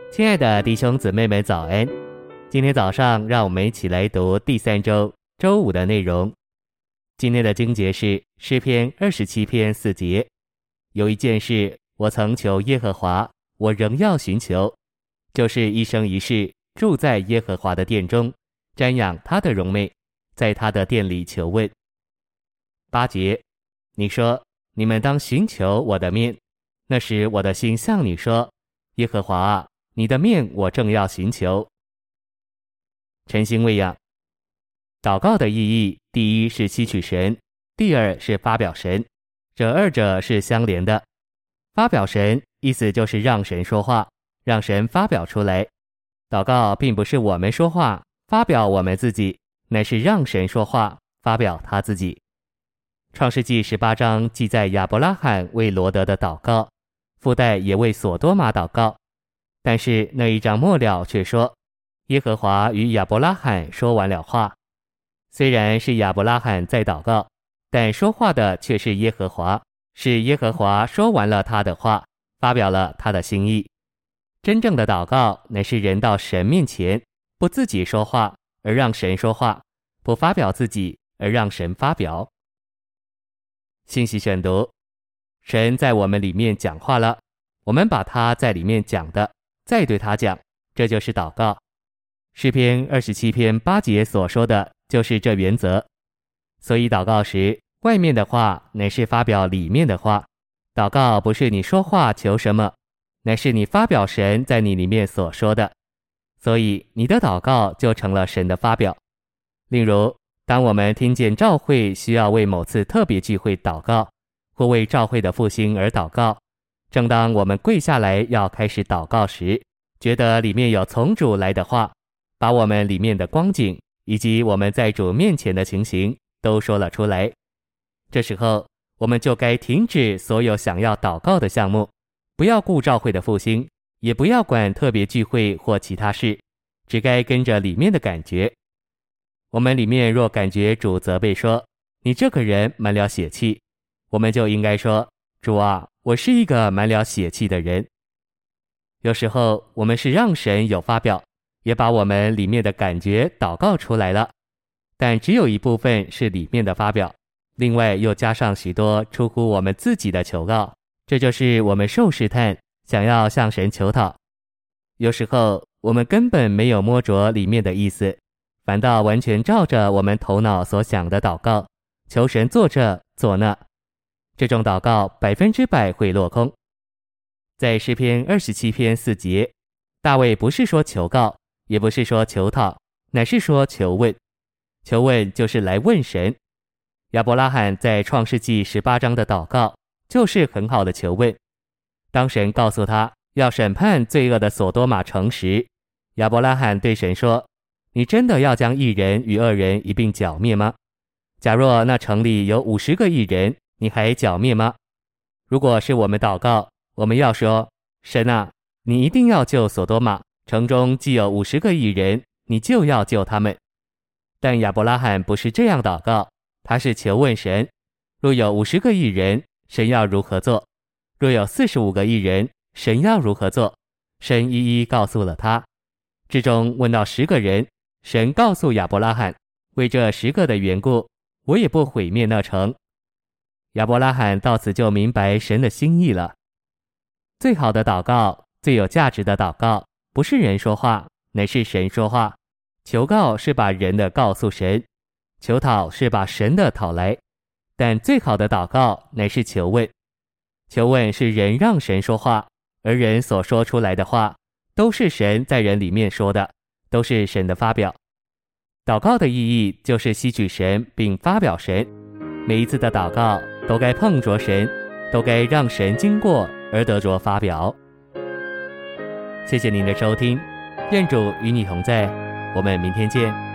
亲爱的弟兄姊妹们早安，今天早上让我们一起来读第3周周5的内容。今天的经节是诗篇27篇4节，有一件事我曾求耶和华，我仍要寻求，就是一生一世住在耶和华的殿中，瞻仰他的荣美，在他的殿里求问。8节，你说你们当寻求我的面，那时我的心向你说，耶和华啊，你的面我正要寻求。晨星喂养，祷告的意义，第一是吸取神，第二是发表神，这二者是相连的。发表神意思就是让神说话，让神发表出来。祷告并不是我们说话发表我们自己，乃是让神说话发表他自己。创世纪18章记载亚伯拉罕为罗得的祷告，附带也为所多玛祷告，但是那一章末了却说，耶和华与亚伯拉罕说完了话。虽然是亚伯拉罕在祷告，但说话的却是耶和华，是耶和华说完了他的话，发表了他的心意。真正的祷告乃是人到神面前，不自己说话，而让神说话，不发表自己，而让神发表。信息选读，神在我们里面讲话了，我们把他在里面讲的再对他讲，这就是祷告。诗篇27篇8节所说的就是这原则。所以祷告时，外面的话乃是发表里面的话。祷告不是你说话求什么，乃是你发表神在你里面所说的，所以你的祷告就成了神的发表。例如，当我们听见召会需要为某次特别聚会祷告，或为召会的复兴而祷告，正当我们跪下来要开始祷告时，觉得里面有从主来的话，把我们里面的光景以及我们在主面前的情形都说了出来。这时候我们就该停止所有想要祷告的项目，不要顾召会的复兴，也不要管特别聚会或其他事，只该跟着里面的感觉。我们里面若感觉主责备说，你这个人满了血气，我们就应该说，主啊，我是一个满了血气的人。有时候我们是让神有发表，也把我们里面的感觉祷告出来了，但只有一部分是里面的发表，另外又加上许多出乎我们自己的求告，这就是我们受试探，想要向神求讨。有时候我们根本没有摸着里面的意思，反倒完全照着我们头脑所想的祷告，求神做这做那，这种祷告100%会落空。在诗篇27篇4节，大卫不是说求告，也不是说求讨，乃是说求问。求问就是来问神。亚伯拉罕在创世纪18章的祷告就是很好的求问。当神告诉他要审判罪恶的所多玛城时，亚伯拉罕对神说，你真的要将义人与恶人一并剿灭吗？假若那城里有50个义人，你还剿灭吗？如果是我们祷告，我们要说，神啊，你一定要救所多玛，城中既有50个义人，你就要救他们。但亚伯拉罕不是这样祷告，他是求问神，若有50个义人，神要如何做？若有45个义人，神要如何做？神一一告诉了他。至终问到10个人，神告诉亚伯拉罕，为这10个的缘故，我也不毁灭那城。亚伯拉罕到此就明白神的心意了。最好的祷告，最有价值的祷告，不是人说话，乃是神说话。求告是把人的告诉神，求讨是把神的讨来，但最好的祷告乃是求问。求问是人让神说话，而人所说出来的话都是神在人里面说的，都是神的发表。祷告的意义就是吸取神并发表神，每一次的祷告都该碰着神，都该让神经过而得着发表。谢谢您的收听，愿主与你同在，我们明天见。